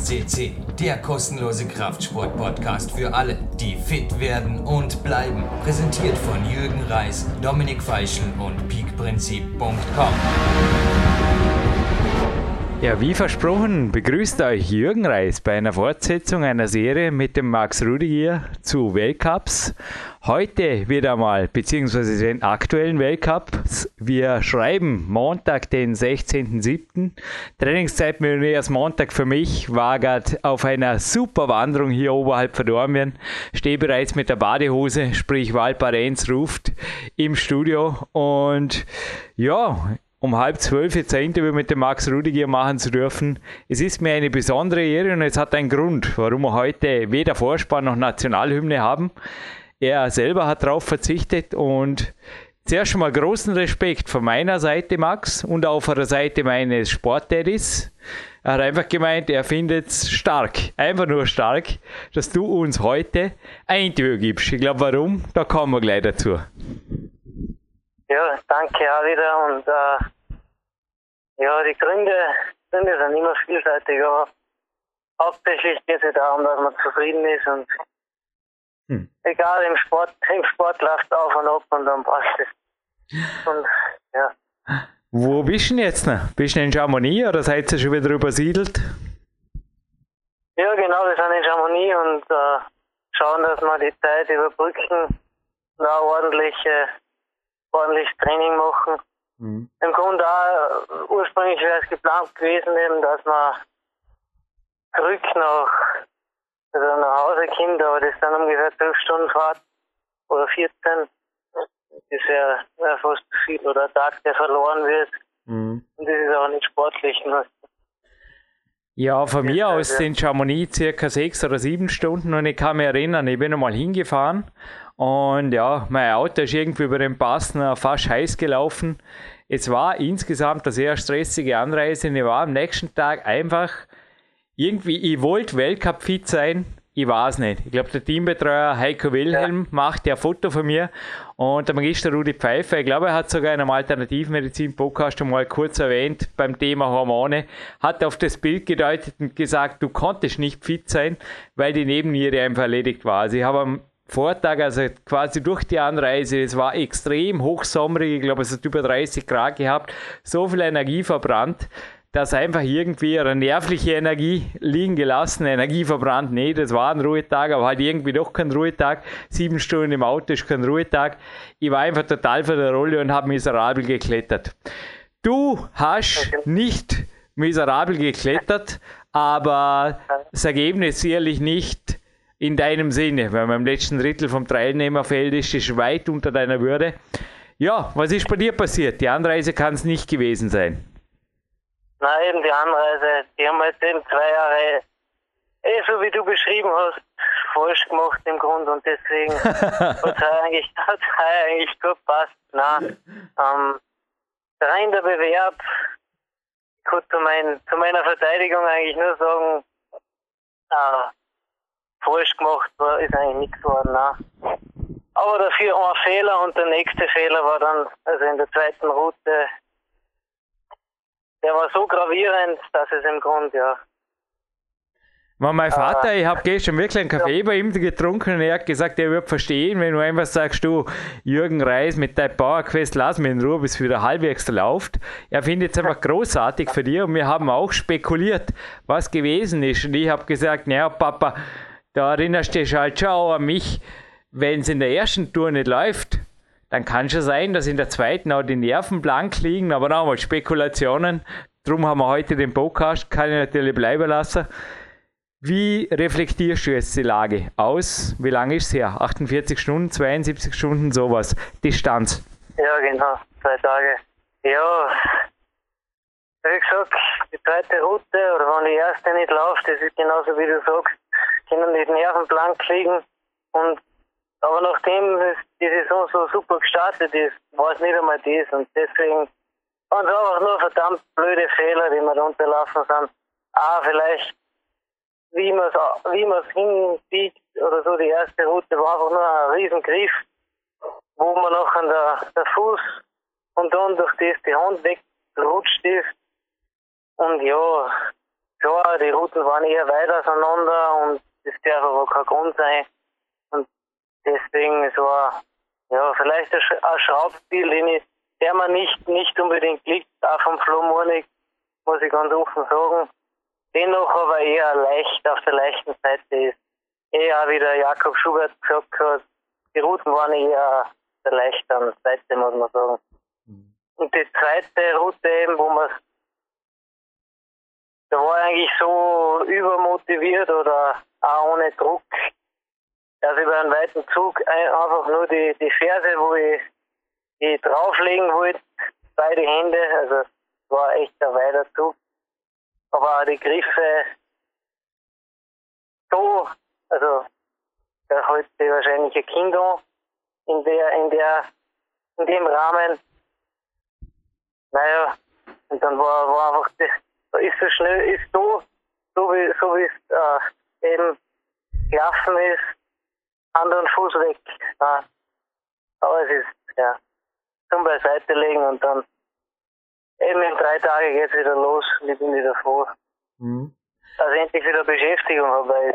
FCC, der kostenlose Kraftsport-Podcast für alle, die fit werden und bleiben. Präsentiert von Jürgen Reis, Dominik Feischl und peakprinzip.com. Ja, wie versprochen, begrüßt euch Jürgen Reis bei einer Fortsetzung einer Serie mit dem Max Rudiger zu Weltcups. Heute wieder mal, beziehungsweise den aktuellen Weltcups. Wir schreiben Montag, den 16.07. Trainingszeit mit erst Montag für mich, war gerade auf einer super Wanderung hier oberhalb von Dornbirn. Stehe bereits mit der Badehose, sprich Valparenz ruft im Studio und ja, um 11:30 jetzt ein Interview mit dem Max Rudiger machen zu dürfen. Es ist mir eine besondere Ehre und es hat einen Grund, warum wir heute weder Vorspann noch Nationalhymne haben. Er selber hat darauf verzichtet und zuerst schon mal großen Respekt von meiner Seite, Max, und auch von der Seite meines Sportdaddys. Er hat einfach gemeint, er findet es stark, einfach nur stark, dass du uns heute ein Interview gibst. Ich glaube, warum? Da kommen wir gleich dazu. Ja, danke auch wieder und die Gründe sind immer vielseitig, aber hauptsächlich geht es darum, dass man zufrieden ist und egal, im Sport läuft es auf und ab und dann passt es. Und ja. Wo bist du denn jetzt noch? Bist du in Chamonix oder seid ihr schon wieder übersiedelt? Ja genau, wir sind in Chamonix und schauen, dass wir die Zeit überbrücken und auch ordentlich Training machen. Im Grunde auch, ursprünglich wäre es geplant gewesen, eben, dass man zurück nach Hause kommt, aber das sind ungefähr 12 Stunden Fahrt oder 14. Das wäre fast zu viel oder ein Tag, der verloren wird. Und das ist auch nicht sportlich. Ne? Ja, von mir aus sind Chamonix circa 6 oder 7 Stunden und ich kann mich erinnern, ich bin einmal hingefahren und ja, mein Auto ist irgendwie über den Pass fast heiß gelaufen. Es war insgesamt eine sehr stressige Anreise und ich war am nächsten Tag einfach irgendwie, ich wollte Weltcup-fit sein, ich weiß nicht. Ich glaube, der Teambetreuer Heiko Wilhelm macht ja ein Foto von mir und der Magister Rudi Pfeiffer, ich glaube, er hat sogar in einem Alternativmedizin-Podcast schon mal kurz erwähnt beim Thema Hormone, hat auf das Bild gedeutet und gesagt, du konntest nicht fit sein, weil die Nebenniere einfach erledigt war. Also ich habe am Vortag, also quasi durch die Anreise, es war extrem hochsommerig, ich glaube, es hat über 30 Grad gehabt, so viel Energie verbrannt, dass einfach irgendwie eine nervliche Energie liegen gelassen, Energie verbrannt, nee, das war ein Ruhetag, aber halt irgendwie doch kein Ruhetag, 7 Stunden im Auto ist kein Ruhetag, ich war einfach total für der Rolle und habe miserabel geklettert. Du hast nicht miserabel geklettert, aber das Ergebnis sicherlich nicht in deinem Sinne, weil man im letzten Drittel vom Teilnehmerfeld ist weit unter deiner Würde. Ja, was ist bei dir passiert? Die Anreise kann es nicht gewesen sein. Nein, eben die Anreise, die haben jetzt eben 2 Jahre, so wie du beschrieben hast, falsch gemacht im Grunde und deswegen hat es eigentlich gut gepasst. Nein, rein der Bewerb, ich kann zu meiner Verteidigung eigentlich nur sagen, falsch gemacht ist eigentlich nichts geworden. Nein. Aber dafür ein Fehler und der nächste Fehler war dann, also in der zweiten Route, der war so gravierend, dass es im Grunde, Mein Vater, ich habe gestern wirklich einen Kaffee bei ihm getrunken und er hat gesagt, er wird verstehen, wenn du einfach sagst, du, Jürgen Reis, mit deinem Powerquest, lass mich in Ruhe, bis es wieder halbwegs läuft. Er findet es einfach großartig für dich und wir haben auch spekuliert, was gewesen ist. Und ich habe gesagt, naja, Papa, da erinnerst du dich halt schon auch an mich, wenn es in der ersten Tour nicht läuft, dann kann schon sein, dass in der zweiten auch die Nerven blank liegen, aber nochmal Spekulationen. Darum haben wir heute den Podcast, kann ich natürlich bleiben lassen. Wie reflektierst du jetzt die Lage aus? Wie lange ist es her? 48 Stunden, 72 Stunden, sowas. Distanz. Ja, genau, 2 Tage. Ja, wie gesagt, die zweite Route, oder wenn die erste nicht läuft, das ist genauso wie du sagst, können die Nerven blank liegen. Aber nachdem die Saison so super gestartet ist, war es nicht einmal das. Und deswegen waren es einfach nur verdammt blöde Fehler, die mir da unterlaufen sind. Vielleicht, wie man es hinbiegt oder so, die erste Route war einfach nur ein Riesengriff, wo man nachher der Fuß und dann durch das die Hand weggerutscht ist. Und ja, klar, die Routen waren eher weit auseinander und das darf aber kein Grund sein. Und deswegen, es war ja vielleicht ein Schraubstil, der mir nicht unbedingt liegt, auch vom Flo Murnig, muss ich ganz offen sagen. Dennoch aber eher leicht auf der leichten Seite ist. Eher wie der Jakob Schubert gesagt hat, die Routen waren eher auf der leichteren Seite, muss man sagen. Und die zweite Route eben, da war eigentlich so übermotiviert oder auch ohne Druck, dass ich bei einem weiten Zug einfach nur die Ferse, wo ich drauflegen wollte, beide Hände, also es war echt ein weiter Zug. Aber auch die Griffe so, also da holt sich wahrscheinlich ein Kind an in dem Rahmen. Naja, und dann war einfach ist so schnell, ist so wie es eben gelaufen ist, Hand und Fuß weg. Ja. Aber es ist, ja, zum Beiseite legen und dann eben in 3 Tagen geht es wieder los und ich bin wieder froh. Dass ich endlich wieder Beschäftigung habe, weil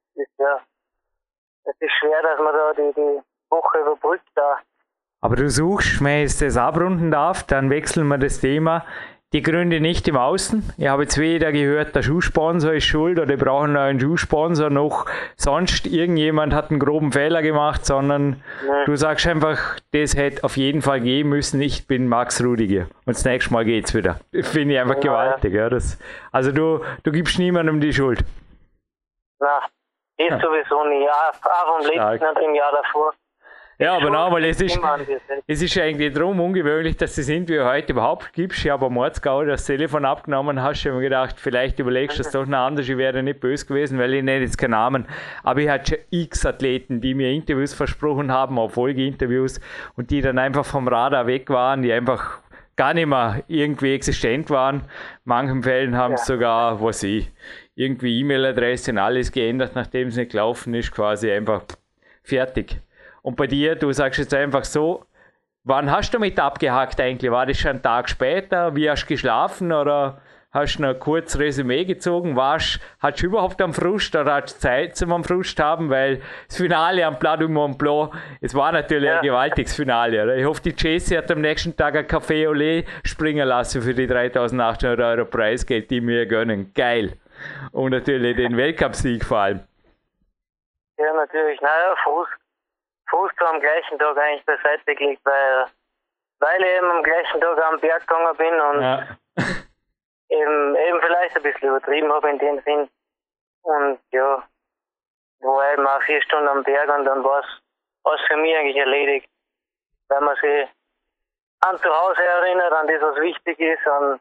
es ist schwer, dass man da die Woche überbrückt da. Aber du suchst, wenn ich das abrunden darf, dann wechseln wir das Thema. Die Gründe nicht im Außen. Ich habe jetzt weder gehört, der Schuhsponsor ist schuld oder wir brauchen einen neuen Schuhsponsor, noch sonst irgendjemand hat einen groben Fehler gemacht, sondern du sagst einfach, das hätte auf jeden Fall gehen müssen. Ich bin Max Rudiger und das nächste Mal geht's wieder. Finde ich einfach gewaltig. Ja. Also du gibst niemandem die Schuld. Nein, das sowieso nicht. Auch vom letzten und im Jahr davor. Ja, aber nochmal, es ist eigentlich darum ungewöhnlich, dass das Interview heute überhaupt gibst. Ich habe am Morzgau das Telefon abgenommen, hast du mir gedacht, vielleicht überlegst du es doch noch anders. Ich wäre nicht böse gewesen, weil ich nenne jetzt keinen Namen. Aber ich hatte schon x Athleten, die mir Interviews versprochen haben, auch Folgeinterviews, und die dann einfach vom Radar weg waren, die einfach gar nicht mehr irgendwie existent waren. In manchen Fällen haben es sogar, irgendwie E-Mail-Adresse und alles geändert, nachdem es nicht gelaufen ist, quasi einfach fertig. Und bei dir, du sagst jetzt einfach so, wann hast du damit abgehakt eigentlich? War das schon einen Tag später? Wie hast du geschlafen? Oder hast du noch ein kurzes Resümee gezogen? Hattest du überhaupt am Frust oder hast du Zeit zum am Frust haben? Weil das Finale am Plat du Mont Blanc, es war natürlich ein gewaltiges Finale. Oder? Ich hoffe, die Jessie hat am nächsten Tag ein Café au lait springen lassen für die 3.800 € Preisgeld, die mir gönnen. Geil. Und natürlich den Weltcupsieg vor allem. Ja, natürlich. Naja, Fuß am gleichen Tag eigentlich beiseite gelegt, weil ich eben am gleichen Tag am Berg gegangen bin und eben vielleicht ein bisschen übertrieben habe in dem Sinn. Und ja, war eben auch 4 Stunden am Berg und dann war es für mich eigentlich erledigt. Weil man sich an zu Hause erinnert, an das, was wichtig ist, an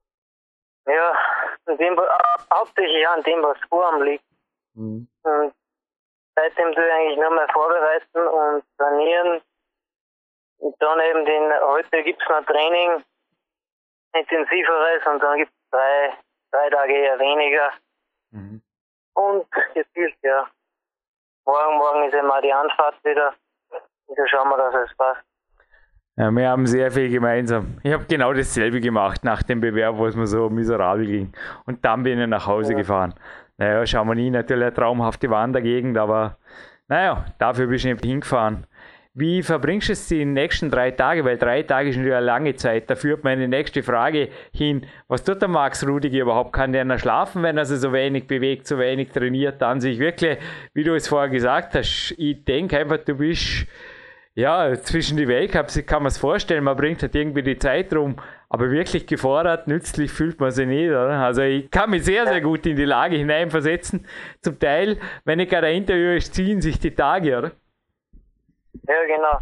hauptsächlich an dem, was vor einem liegt. Und seitdem tue ich eigentlich nur mehr vorbereiten und trainieren. Und dann eben heute gibt es noch Training, intensiveres, und dann gibt es 3 Tage eher weniger. Und gezielt, ja. Morgen ist eben auch die Anfahrt wieder. Und dann schauen wir, dass es passt. Ja, wir haben sehr viel gemeinsam. Ich habe genau dasselbe gemacht nach dem Bewerb, wo es mir so miserabel ging. Und dann bin ich nach Hause gefahren. Naja, Chamonix natürlich eine traumhafte Wandergegend, aber naja, dafür bist du nicht hingefahren. Wie verbringst du es die nächsten 3 Tage? Weil 3 Tage ist natürlich eine lange Zeit. Da führt meine nächste Frage hin. Was tut der Max Rudiger überhaupt? Kann der noch schlafen, wenn er sich so wenig bewegt, so wenig trainiert? An sich wirklich, wie du es vorher gesagt hast, ich denke einfach, du bist zwischen die Weltcups, ich kann mir es vorstellen, man bringt halt irgendwie die Zeit rum, aber wirklich gefordert, nützlich fühlt man sich nicht, oder? Also ich kann mich sehr, sehr gut in die Lage hineinversetzen. Zum Teil, wenn ich gerade ein Interview ist, ziehen sich die Tage, oder? Ja, genau.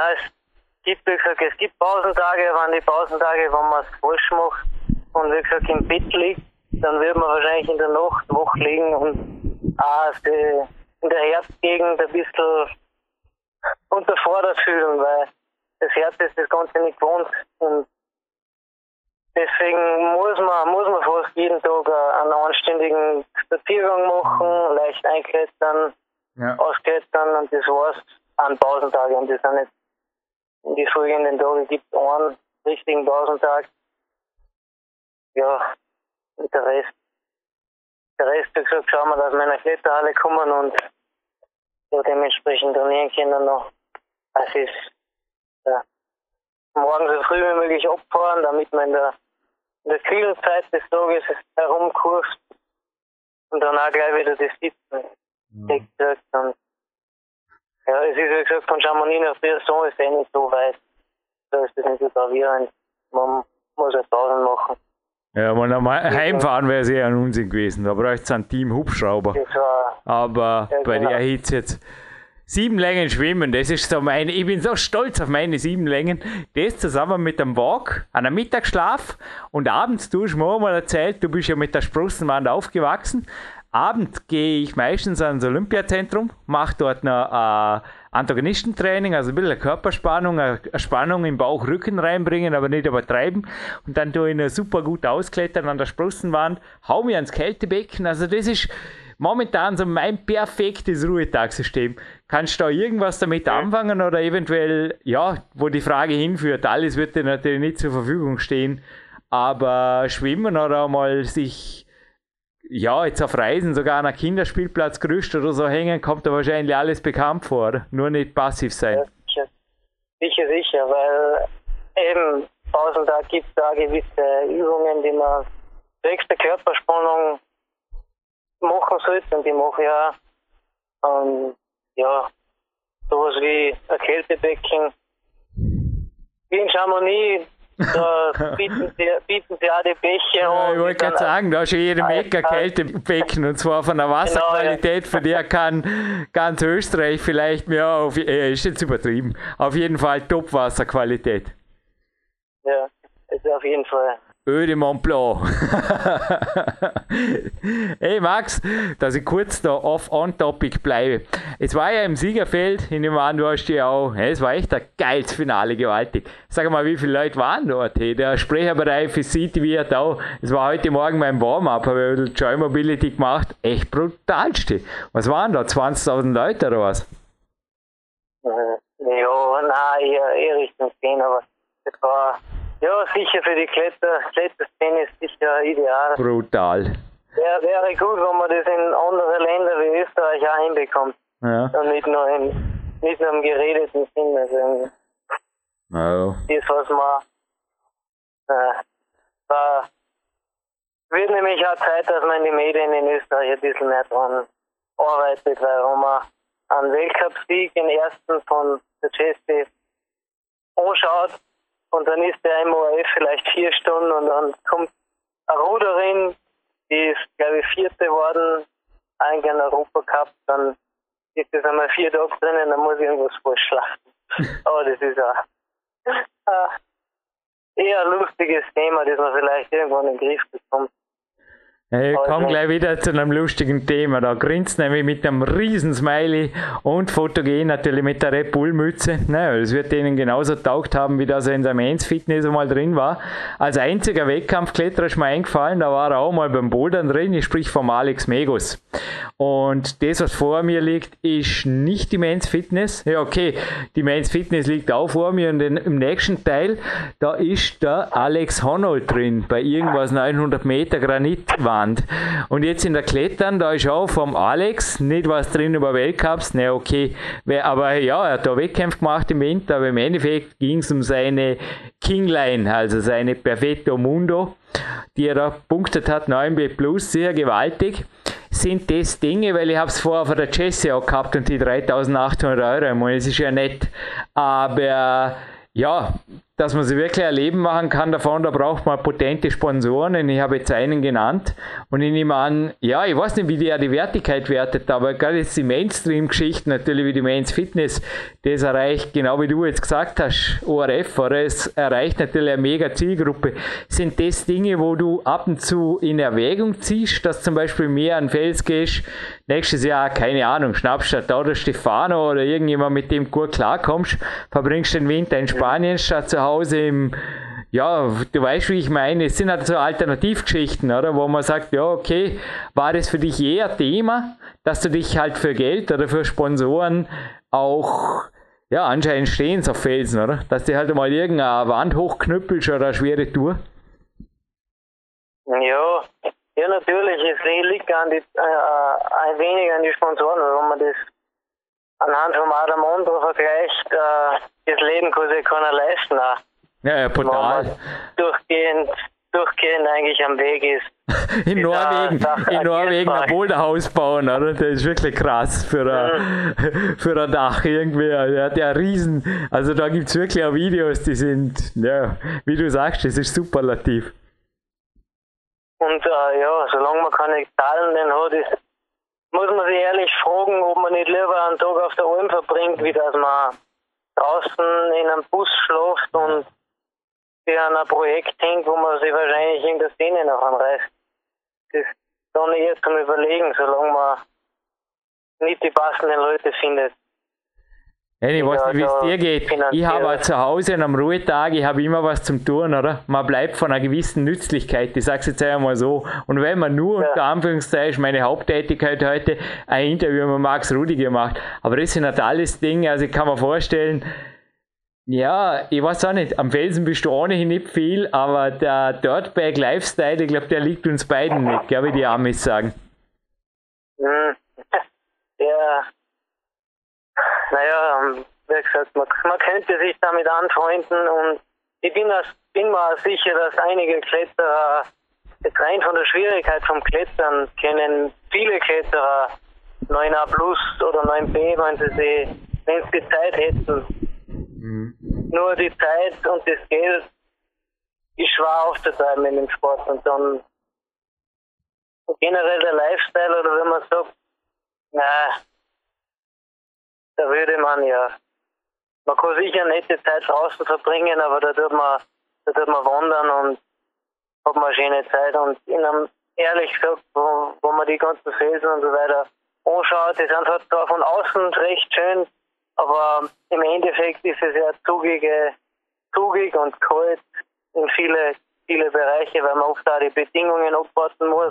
Es gibt Pausentage, wenn die Pausentage, wenn man es falsch macht und wie gesagt im Bett liegt, dann wird man wahrscheinlich in der Nacht wach liegen und auch in der Herzgegend ein bisschen unterfordert fühlen, weil das Herz ist das Ganze nicht gewohnt. Und deswegen muss man fast jeden Tag einen anständigen Spaziergang machen, leicht einklettern, ausklettern, und das war's an Pausentagen. Und das sind nicht in die folgenden Tage gibt es einen richtigen Pausentag. Ja, und der Rest der Rest hat gesagt, schauen wir, dass wir in eine Kletterhalle kommen und so dementsprechend trainieren können noch. Es ist morgen so früh wie möglich abfahren, damit man in der kühlen Zeit des Tages herumkurft und dann auch gleich wieder das Sitzen wegdrückt. Und ja, es ist wie gesagt, von Chamonix nach Briançon ist nicht so weit. Da ist das nicht so gravierend. Man muss eine Pause machen. Ja, wenn heimfahren wäre es eher ein Unsinn gewesen. Da bräuchte es ein Team Hubschrauber. Aber ja, bei der Hitze jetzt 7 Längen schwimmen, das ist so meine, ich bin so stolz auf meine 7 Längen. Das zusammen mit dem Walk, einem Mittagsschlaf und abends, du hast mir auch mal erzählt, du bist ja mit der Sprossenwand aufgewachsen. Abends gehe ich meistens ans Olympiazentrum, mache dort noch Antagonistentraining, also ein bisschen Körperspannung, eine Spannung im Bauch-Rücken reinbringen, aber nicht übertreiben. Und dann tue ich noch super gut ausklettern an der Sprossenwand, hau mich ans Kältebecken. Also das ist momentan so mein perfektes Ruhetagssystem. Kannst du da irgendwas damit anfangen oder eventuell, ja, wo die Frage hinführt, alles wird dir natürlich nicht zur Verfügung stehen, aber schwimmen oder mal sich, ja, jetzt auf Reisen sogar an einem Kinderspielplatz gerüstet oder so hängen, kommt da wahrscheinlich alles bekannt vor, nur nicht passiv sein. Ja, sicher, weil eben Pausentag gibt es da gewisse Übungen, die man höchste Körperspannung machen sollte und die mache ich auch. Ja, sowas wie ein Kältebecken. Wie in Chamonix, da bieten sie auch die Becher. Ja, ich wollte gerade sagen, da ist schon jede Menge Kältebecken und zwar von der Wasserqualität, von der kann ganz Österreich vielleicht, ja, ist jetzt übertrieben, auf jeden Fall Top-Wasserqualität. Ja, das ist auf jeden Fall. Eau de Mont Blanc. Hey Max, dass ich kurz da on-topic bleibe. Es war ja im Siegerfeld, ich nehme an, du hast ja auch, es war echt ein geiles Finale, gewaltig. Sag mal, wie viele Leute waren dort? Hey, der Sprecherbereich für CTV hat auch, es war heute Morgen beim Warm-Up, habe ich Joy Mobility gemacht, echt brutalste. Was waren da, 20.000 Leute oder was? Ja, nein, eher Richtung 10, aber das war... Ja, sicher für die Kletterszene ist sicher ideal. Brutal. Wäre gut, wenn man das in andere Länder wie Österreich auch hinbekommt. Ja. Und nicht nur im geredeten Sinn. Also das, was man wird nämlich auch Zeit, dass man in den Medien in Österreich ein bisschen mehr dran arbeitet, weil wenn man einen Weltcupsieg, den ersten von der Jessie anschaut, und dann ist der im ORF vielleicht 4 Stunden und dann kommt eine Ruderin, die ist, glaube ich, 4. geworden, eigentlich an Europacup, dann ist das einmal 4 Tage drinnen, dann muss ich irgendwas vorschlachten. Aber das ist ein eher ein lustiges Thema, das man vielleicht irgendwann in den Griff bekommt. Ich komme gleich wieder zu einem lustigen Thema. Da grinst nämlich mit einem riesen Smiley und fotogen natürlich mit der Red Bull Mütze. Naja, das wird denen genauso taugt haben, wie das er in seinem Men's Fitness einmal drin war. Als einziger Wettkampfkletterer ist mir eingefallen, da war er auch mal beim Bouldern drin, ich sprich vom Alex Megos. Und das, was vor mir liegt, ist nicht die Men's Fitness. Ja, okay, die Men's Fitness liegt auch vor mir und im nächsten Teil, da ist der Alex Honnold drin, bei irgendwas 900 Meter Granitwand. Und jetzt in der Klettern, da ist auch vom Alex nicht was drin über Weltcups, ne, okay, aber ja, er hat da Wettkämpfe gemacht im Winter, aber im Endeffekt ging es um seine Kingline, also seine Perfetto Mundo, die er da punktet hat, 9B+, sehr gewaltig. Sind das Dinge, weil ich habe es vorher von der Jessie auch gehabt und die 3.800 €, ich meine, es ist ja nett, aber ja, dass man sie wirklich ein Leben machen kann davon, da braucht man potente Sponsoren und ich habe jetzt einen genannt und ich nehme an, ja, ich weiß nicht, wie der die Wertigkeit wertet, aber gerade jetzt die Mainstream-Geschichten, natürlich wie die Men's Fitness, das erreicht, genau wie du jetzt gesagt hast, ORF, oder es erreicht natürlich eine mega Zielgruppe. Sind das Dinge, wo du ab und zu in Erwägung ziehst, dass zum Beispiel mehr an Fels gehst, nächstes Jahr, keine Ahnung, schnappst du da oder Stefano oder irgendjemand, mit dem gut klarkommst, verbringst den Winter in Spanien statt zu Hause im, ja, du weißt, wie ich meine, es sind halt so Alternativgeschichten, oder, wo man sagt, ja, okay, war das für dich eher Thema, dass du dich halt für Geld oder für Sponsoren auch, ja, anscheinend stehen auf Felsen, oder, dass du halt mal irgendeine Wand hochknüppelst oder eine schwere Tour? Ja, Ja, natürlich, es liegt ein wenig an die Sponsoren, wenn man das anhand vom Adam Ondra vergleicht, das Leben kann sich keiner leisten. Auch. Ja, brutal. Wenn man durchgehend eigentlich am Weg ist. In Norwegen ein Boulderhaus bauen, oder? Das ist wirklich krass für ein Dach irgendwie. Der hat ja riesen, also da gibt es wirklich auch Videos, die sind, ja, wie du sagst, das ist superlativ. Und solange man keine Zahlen hat, muss man sich ehrlich fragen, ob man nicht lieber einen Tag auf der Alm verbringt, wie dass man draußen in einem Bus schläft und sich an ein Projekt hängt, wo man sich wahrscheinlich in der Szene noch anreißt. Das ist dann eher zum Überlegen, solange man nicht die passenden Leute findet. Ich weiß nicht, wie es dir geht. Ich habe zu Hause an einem Ruhetag, ich habe immer was zum Tun, oder? Man bleibt von einer gewissen Nützlichkeit, ich sage es jetzt einmal so. Und wenn man nur unter Anführungszeichen meine Haupttätigkeit heute ein Interview mit Max Rudi gemacht, aber das sind halt alles Dinge, also ich kann mir vorstellen, ja, ich weiß auch nicht, am Felsen bist du ohnehin nicht viel, aber der Dirtbag Lifestyle, ich glaube, der liegt uns beiden nicht, wie die Amis sagen. Ja. Naja, wie gesagt, man könnte sich damit anfreunden und ich bin mir auch sicher, dass einige Kletterer, jetzt rein von der Schwierigkeit vom Klettern, können viele Kletterer 9a Plus oder 9b, wenn sie die Zeit hätten. Nur die Zeit und das Geld ist schwer aufzuteilen in dem Sport und dann generell der Lifestyle oder wenn man sagt, da würde man kann sicher eine nette Zeit draußen verbringen, aber da tut man wandern und hat man eine schöne Zeit und in einem, ehrlich gesagt, wo man die ganzen Felsen und so weiter anschaut, die sind halt zwar von außen recht schön, aber im Endeffekt ist es ja zugig und kalt in viele Bereiche, weil man oft auch die Bedingungen abwarten muss,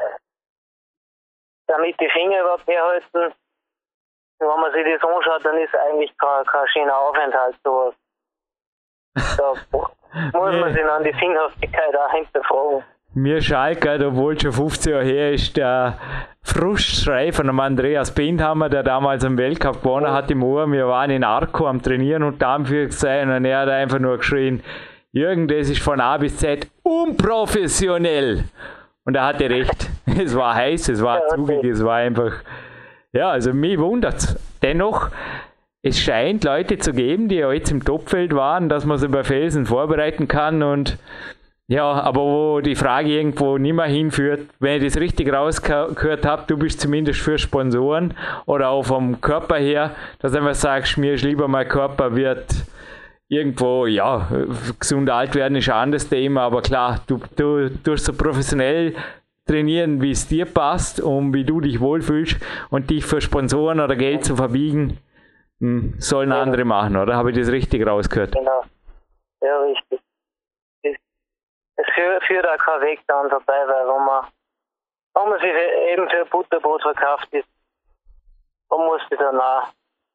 damit die Finger überhaupt herhalten. Und wenn man sich das anschaut, dann ist eigentlich kein schöner Aufenthalt sowas. Da muss man sich an die Sinnhaftigkeit auch hinterfragen. Mir Schalke, obwohl schon 15 Jahre her ist, der Frustschrei von dem Andreas Bindhammer, der damals am Weltcup gewonnen hat im Ohr. Wir waren in Arco am Trainieren und Anführungszeichen und er hat einfach nur geschrien, Jürgen, das ist von A bis Z unprofessionell. Und er hatte recht. Es war heiß, es war zugig, es war einfach... Ja, also mich wundert's. Dennoch, es scheint Leute zu geben, die ja jetzt im Topfeld waren, dass man sie bei Felsen vorbereiten kann und ja, aber wo die Frage irgendwo nicht mehr hinführt, wenn ich das richtig rausgehört habe, du bist zumindest für Sponsoren oder auch vom Körper her, dass du einfach sagst, mir ist lieber mein Körper wird irgendwo, ja, gesund alt werden ist ein anderes Thema, aber klar, du tust so professionell trainieren, wie es dir passt und wie du dich wohlfühlst und dich für Sponsoren oder Geld zu verbiegen, sollen andere machen, oder? Habe ich das richtig rausgehört? Genau. Ja, richtig. Es führt auch kein Weg daran vorbei, weil wenn man sich eben für Butterbrot verkauft ist, dann muss ich dann auch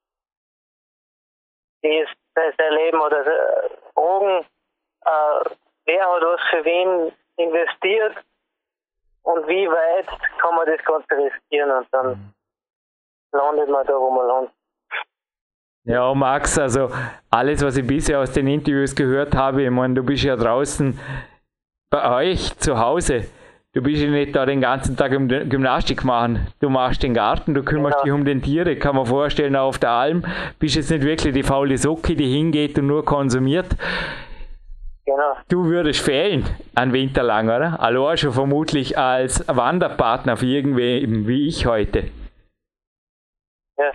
sein Leben oder fragen, wer hat was für wen investiert und wie weit kann man das Ganze riskieren und dann landet man da, wo man landet. Ja, Max, also alles, was ich bisher aus den Interviews gehört habe, ich meine, du bist ja draußen bei euch zu Hause. Du bist ja nicht da den ganzen Tag Gymnastik machen. Du machst den Garten, du kümmerst dich um den Tiere, kann man vorstellen, auf der Alm. Bist jetzt nicht wirklich die faule Socke, die hingeht und nur konsumiert. Genau. Du würdest fehlen, einen Winter lang, oder? Allein schon vermutlich als Wanderpartner für irgendwen wie ich heute. Ja,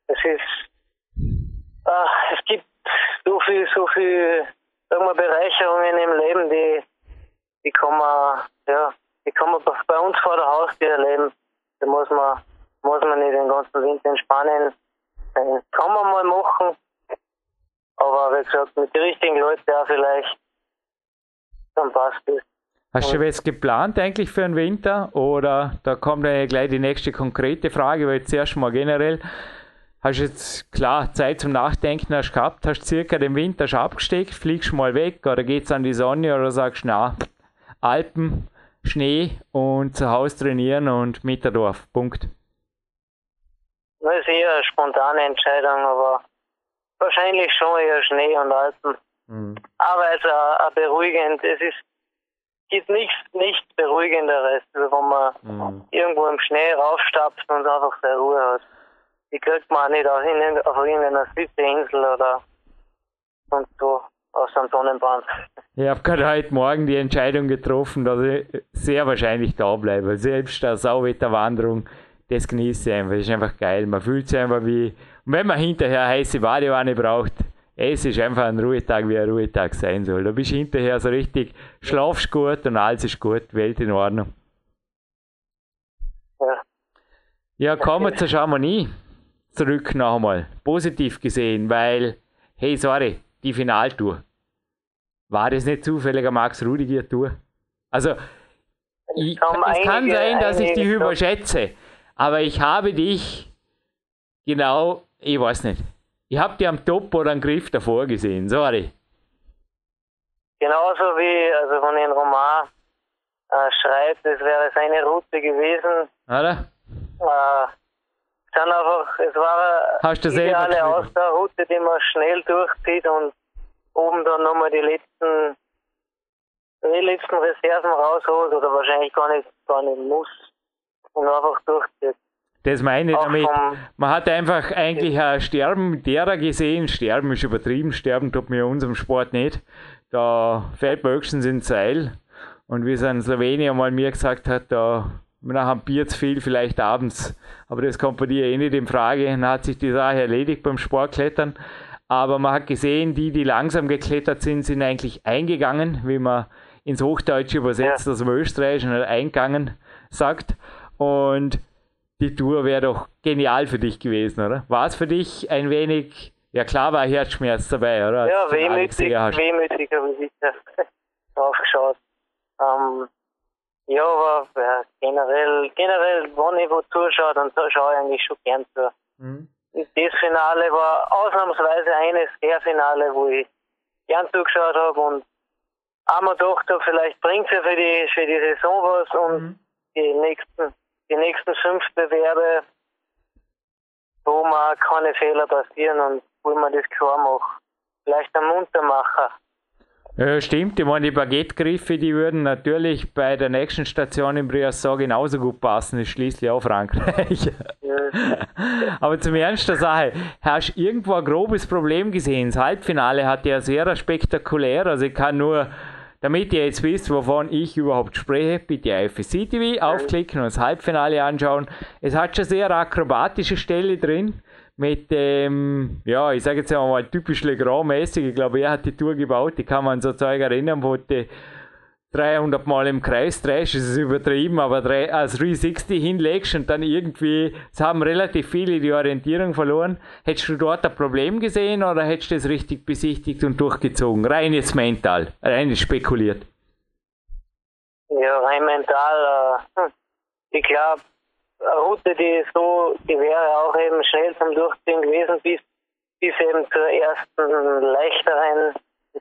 es gibt so viel, sagen wir, Bereicherungen im Leben, die kann man bei uns vor der Haustür erleben. Da muss man nicht den ganzen Winter entspannen. Das kann man mal machen. Aber wie gesagt, mit den richtigen Leuten auch vielleicht, dann passt es. Hast du jetzt geplant eigentlich für den Winter? Oder da kommt ja gleich die nächste konkrete Frage, weil jetzt zuerst mal generell, hast du jetzt klar Zeit zum Nachdenken hast gehabt, hast circa den Winter schon abgesteckt, fliegst mal weg oder geht's an die Sonne oder sagst, na, Alpen, Schnee und zu Hause trainieren und Mitterdorf. Punkt. Das ist eher eine spontane Entscheidung, aber wahrscheinlich schon eher Schnee und Alpen. Aber es ist auch beruhigend. Es gibt nichts Beruhigenderes, wenn man irgendwo im Schnee raufstapft und einfach seine Ruhe hat. Die kriegt man auch nicht auf irgendeiner Südinsel oder sonst wo aus einem Sonnenbrand. Ich habe gerade heute Morgen die Entscheidung getroffen, dass ich sehr wahrscheinlich da bleibe. Selbst eine Sauwetterwanderung, das genieße ich einfach. Das ist einfach geil. Man fühlt sich einfach wie, und wenn man hinterher heiße Badewanne braucht, es ist einfach ein Ruhetag, wie ein Ruhetag sein soll. Da bist du hinterher so richtig, schlafst gut und alles ist gut, Welt in Ordnung. Ja, kommen wir zur Chamonix zurück noch einmal. Positiv gesehen, weil, hey, sorry, die Finaltour. War das nicht zufällig eine Max-Rudiger-Tour? Also, es kann sein, dass ich dich überschätze, aber ich habe dich genau, ich weiß nicht, ich habe dich am Top oder am Griff davor gesehen, sorry. Genauso wie, also wenn ich einen Roman schreibe, das wäre seine Route gewesen. Oder? Es war eine ideale Ausdauerroute, die man schnell durchzieht und oben dann nochmal die letzten Reserven rausholt oder wahrscheinlich gar nicht muss und einfach durchzieht. Das meine ich damit. Man hat einfach eigentlich ein Sterben derer gesehen. Sterben ist übertrieben, sterben tut man in unserem Sport nicht. Da fällt man höchstens ins Seil. Und wie es ein Slowenier mal mir gesagt hat, da nach einem Bier zu viel, vielleicht abends. Aber das kommt bei dir eh nicht in Frage. Dann hat sich die Sache erledigt beim Sportklettern. Aber man hat gesehen, die langsam geklettert sind, sind eigentlich eingegangen, wie man ins Hochdeutsche übersetzt, das Österreich eingegangen sagt. Und die Tour wäre doch genial für dich gewesen, oder? War es für dich ein wenig, ja klar war Herzschmerz dabei, oder? Ja, wehmütig habe ich sicher drauf geschaut. Ja, aber generell, wenn ich wo zuschaue, dann schaue ich eigentlich schon gern zu. Das Finale war ausnahmsweise eines der Finale, wo ich gern zugeschaut habe und einmal gedacht habe, vielleicht bringt es ja für die Saison was und die nächsten 5 Bewerbe, wo mir keine Fehler passieren und wo man das klar macht. Vielleicht ein Muntermacher. Ja, stimmt. Ich meine, die Baguette-Griffe, die würden natürlich bei der nächsten Station in Briançon genauso gut passen. Das ist schließlich auch Frankreich. Aber zum Ernst der Sache, hast du irgendwo ein grobes Problem gesehen? Das Halbfinale hat ja sehr spektakulär. Also ich kann nur, damit ihr jetzt wisst, wovon ich überhaupt spreche, bitte FSC TV aufklicken und das Halbfinale anschauen. Es hat schon sehr akrobatische Stelle drin. Mit dem, ja, ich sage jetzt einmal typisch Legrand-mäßig. Ich glaube, er hat die Tour gebaut. Die kann man an so Zeug erinnern, wo du 300 Mal im Kreis drehst. Das ist übertrieben, aber als 360 hinlegst und dann irgendwie, es haben relativ viele die Orientierung verloren. Hättest du dort ein Problem gesehen oder hättest du das richtig besichtigt und durchgezogen? Rein jetzt mental, rein jetzt spekuliert. Ja, rein mental. Ich glaube, eine Route, die wäre auch eben schnell zum Durchziehen gewesen, bis eben zur ersten leichteren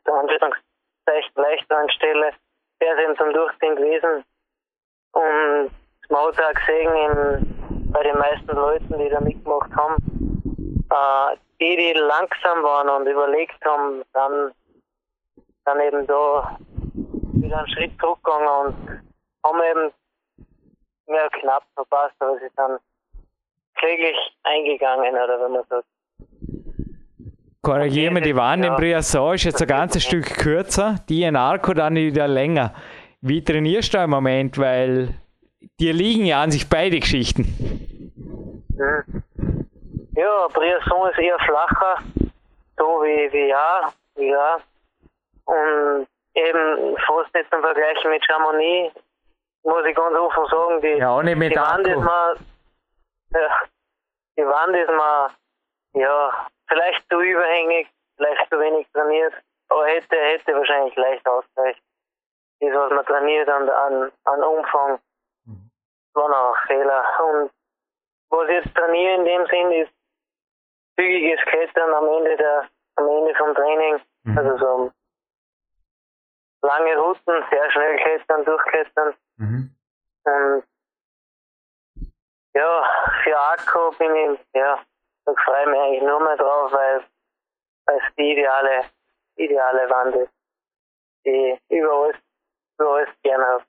Stelle, wäre es eben zum Durchziehen gewesen. Und man hat auch gesehen, bei den meisten Leuten, die da mitgemacht haben, die langsam waren und überlegt haben, dann eben da wieder einen Schritt zurückgegangen und haben eben mehr knapp verpasst, aber sie dann kläglich eingegangen, oder wenn man sagt. Korrigieren wir die Wand in Briançon, ist jetzt ein ganzes Stück kürzer, die in Arco dann wieder länger. Wie trainierst du im Moment? Weil dir liegen ja an sich beide Geschichten. Ja, Briançon ist eher flacher, so wie ja. Und eben fast nicht zum Vergleich mit Chamonix, muss ich ganz offen sagen, die Wand ist mir, ja, vielleicht zu überhängig, vielleicht zu wenig trainiert, aber hätte wahrscheinlich leicht ausgereicht. Das, was man trainiert an Umfang, war noch ein Fehler. Und was ich jetzt trainiere in dem Sinn, ist zügiges Klettern am Ende vom Training, also so lange Routen, sehr schnell klettern, durchklettern. Und ja, für Akku bin ich, da freue ich mich eigentlich nur mehr drauf, weil es die ideale Wand ist, die ich über alles gerne habe.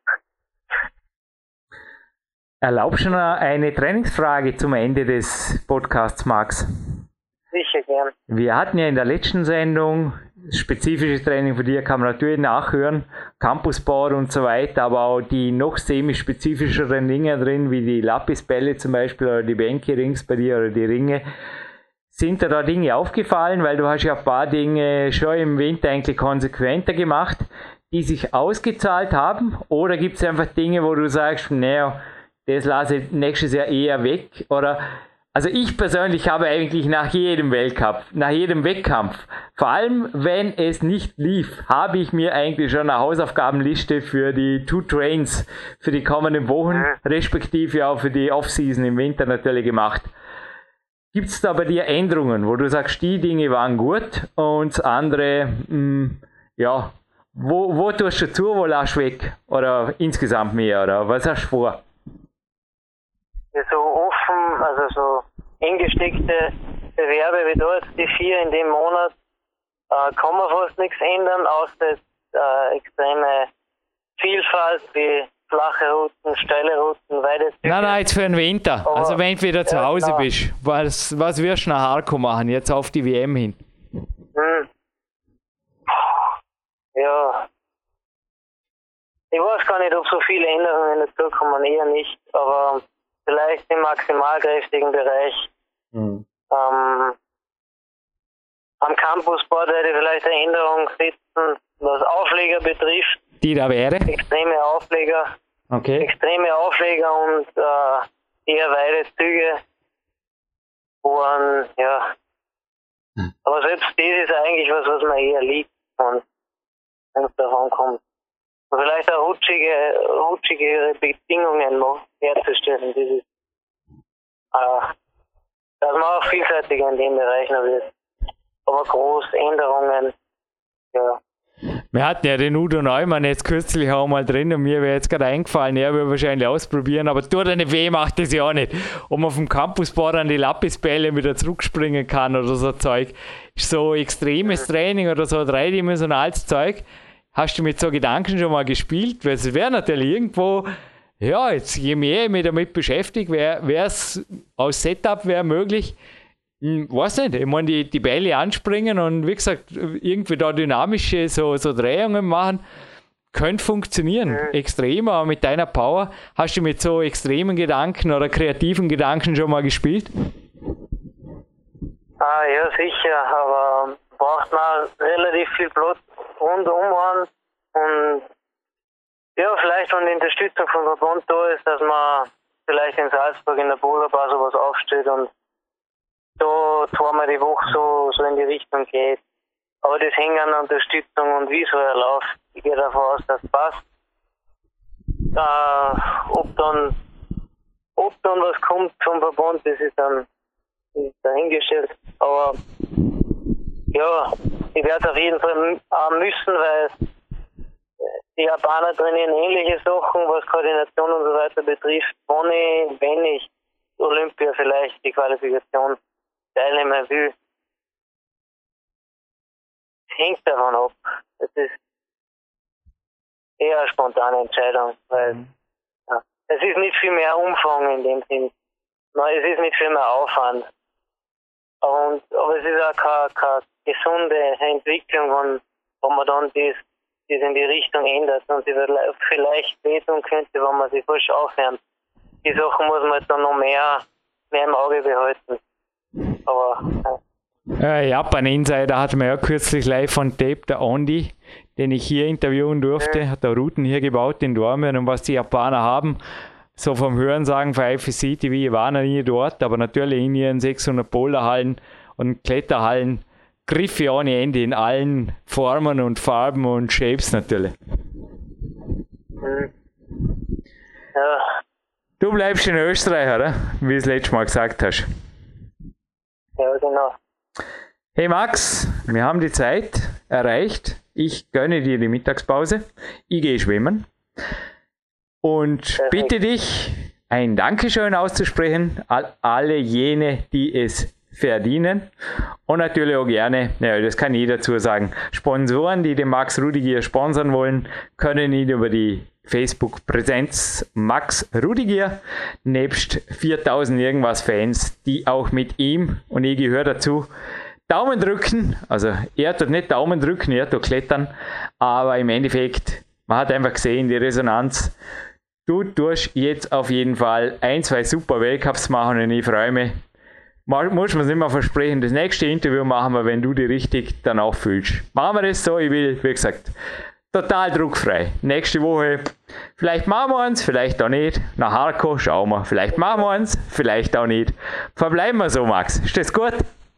Erlaubst du noch eine Trainingsfrage zum Ende des Podcasts, Max? Sicher gern. Wir hatten ja in der letzten Sendung spezifisches Training von dir, kann man natürlich nachhören, Campusboard und so weiter, aber auch die noch semi-spezifischeren Dinge drin, wie die Lapisbälle zum Beispiel oder die Bänke-Rings bei dir oder die Ringe. Sind dir da Dinge aufgefallen, weil du hast ja ein paar Dinge schon im Winter eigentlich konsequenter gemacht, die sich ausgezahlt haben, oder gibt es einfach Dinge, wo du sagst, naja, das lasse ich nächstes Jahr eher weg, oder... Also ich persönlich habe eigentlich nach jedem Wettkampf, vor allem wenn es nicht lief, habe ich mir eigentlich schon eine Hausaufgabenliste für die 2 Trains für die kommenden Wochen, respektive auch für die Off-Season im Winter natürlich gemacht. Gibt es da bei dir Änderungen, wo du sagst, die Dinge waren gut und das andere, wo tust du zu, wo lässt du weg? Oder insgesamt mehr, oder was hast du vor? So offen, also so eng gesteckte Bewerbe wie dort, die 4 in dem Monat, kann man fast nichts ändern, außer extreme Vielfalt wie flache Routen, steile Routen, Weidezüge. Nein, jetzt für den Winter. Aber, also wenn du wieder zu Hause bist, was wirst du nach Hardcore machen, jetzt auf die WM hin? Ja. Ich weiß gar nicht, ob so viele Änderungen dazukommen, eher nicht, aber vielleicht im maximalkräftigen Bereich. Am Campusboard werde ich vielleicht eine Änderung setzen, was Aufleger betrifft. Die da wäre? Extreme Aufleger. Okay. Extreme Aufleger und eher Weidezüge. Und aber selbst das ist eigentlich was mir eher liegt, wenn es davon kommt. Und vielleicht auch rutschigere Bedingungen noch herzustellen. Das ist, dass man auch vielseitiger in dem Bereich noch wird. Aber große Änderungen, ja. Wir hatten ja den Udo Neumann jetzt kürzlich auch mal drin und mir wäre jetzt gerade eingefallen, er will wahrscheinlich ausprobieren, aber tut eine weh, macht das ja auch nicht. Ob man vom Campusboard an die Lapisbälle wieder zurückspringen kann oder so Zeug. Ist so extremes Training oder so dreidimensionales Zeug. Hast du mit so Gedanken schon mal gespielt? Weil es wäre natürlich irgendwo, jetzt je mehr ich mich damit beschäftige, wäre es aus Setup wäre möglich. Weiß nicht, ich meine, die Bälle anspringen und wie gesagt, irgendwie da dynamische so Drehungen machen, könnte funktionieren. Extrem, aber mit deiner Power, hast du mit so extremen Gedanken oder kreativen Gedanken schon mal gespielt? Ja, sicher, aber braucht man relativ viel Platz rundum und vielleicht, wenn die Unterstützung vom Verband da ist, dass man vielleicht in Salzburg in der Boulderbar sowas aufsteht und da zweimal die Woche so in die Richtung geht. Aber das hängt an der Unterstützung und wie so ein Lauf. Ich gehe davon aus, dass es passt. Ob dann was kommt vom Verband, das ist dann dahingestellt. Aber ich werde auf jeden Fall müssen, weil die Japaner trainieren ähnliche Sachen, was Koordination und so weiter betrifft. Wenn ich Olympia vielleicht die Qualifikation teilnehmen will, hängt davon ab. Das ist eher eine spontane Entscheidung, weil es ist nicht viel mehr Umfang in dem Sinn. Nein, es ist nicht viel mehr Aufwand. Aber es ist auch keine gesunde Entwicklung, wenn man dann das in die Richtung ändert und sie vielleicht wehtun könnte, wenn man sich falsch aufwärmt. Die Sachen muss man dann noch mehr im Auge behalten. Aber Japan Insider hatte mir ja kürzlich live von Tape, der Andi, den ich hier interviewen durfte, hat da Routen hier gebaut in Dortmund und was die Japaner haben, so vom Hörensagen von IFSC TV, ich war noch nie dort, aber natürlich in ihren 600 Boulderhallen und Kletterhallen Griffe ohne Ende in allen Formen und Farben und Shapes natürlich. Ja. Du bleibst in Österreich, oder? Wie du das letzte Mal gesagt hast. Ja, genau. Hey Max, wir haben die Zeit erreicht. Ich gönne dir die Mittagspause. Ich gehe schwimmen. Und bitte dich, ein Dankeschön auszusprechen an alle jene, die es verdienen. Und natürlich auch gerne, das kann jeder dazu sagen, Sponsoren, die den Max Rudigier sponsern wollen, können ihn über die Facebook-Präsenz Max Rudigier nebst 4000 irgendwas Fans, die auch mit ihm, und ich gehöre dazu, Daumen drücken. Also er tut nicht Daumen drücken, er tut klettern, aber im Endeffekt, man hat einfach gesehen, die Resonanz. Du tust jetzt auf jeden Fall 1-2 super Weltcups machen und ich freue mich. Muss man es nicht mehr versprechen, das nächste Interview machen wir, wenn du dich richtig danach fühlst. Machen wir das so, ich will, wie gesagt, total druckfrei. Nächste Woche, vielleicht machen wir uns, vielleicht auch nicht. Nach Harko, schauen wir. Vielleicht machen wir uns, vielleicht auch nicht. Verbleiben wir so, Max. Ist das gut?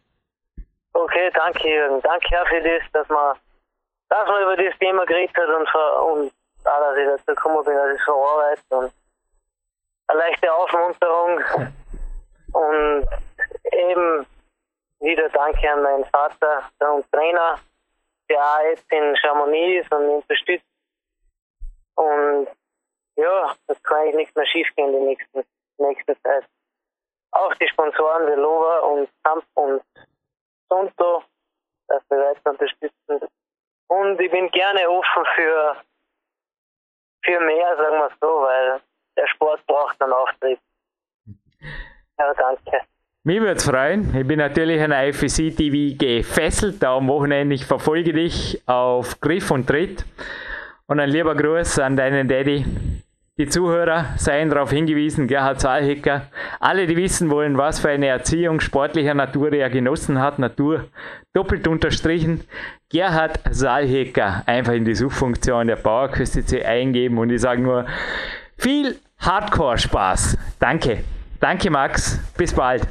Okay, danke Jürgen. Danke auch für das, dass man über das Thema geredet hat und auch, dass ich dazu gekommen bin, dass ich verarbeite und eine leichte Aufmunterung und eben wieder danke an meinen Vater und Trainer, der auch jetzt in Chamonix ist und mich unterstützt. Und ja, das kann eigentlich nichts mehr schief gehen die nächste Zeit. Auch die Sponsoren, der Lova und Kamp und Sonto, dass wir weiter unterstützen. Und ich bin gerne offen für mehr, sagen wir es so, weil der Sport braucht einen Auftritt. Ja, danke. Mich würde es freuen. Ich bin natürlich an IFSC TV gefesselt, da am Wochenende. Ich verfolge dich auf Griff und Tritt. Und ein lieber Gruß an deinen Daddy. Die Zuhörer seien darauf hingewiesen, Gerhard Saalhecker. Alle, die wissen wollen, was für eine Erziehung sportlicher Natur er genossen hat, Natur doppelt unterstrichen, Gerhard Saalhecker, einfach in die Suchfunktion der PowerQuest eingeben und ich sage nur, viel Hardcore-Spaß. Danke. Danke, Max. Bis bald.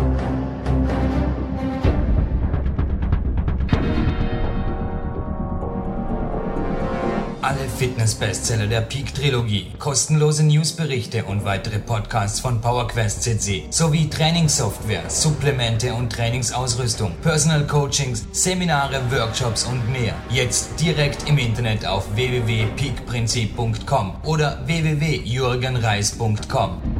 Alle Fitness-Bestseller der Peak-Trilogie, kostenlose Newsberichte und weitere Podcasts von PowerQuest CC sowie Trainingssoftware, Supplemente und Trainingsausrüstung, Personal Coachings, Seminare, Workshops und mehr. Jetzt direkt im Internet auf www.peakprinzip.com oder www.jürgenreis.com.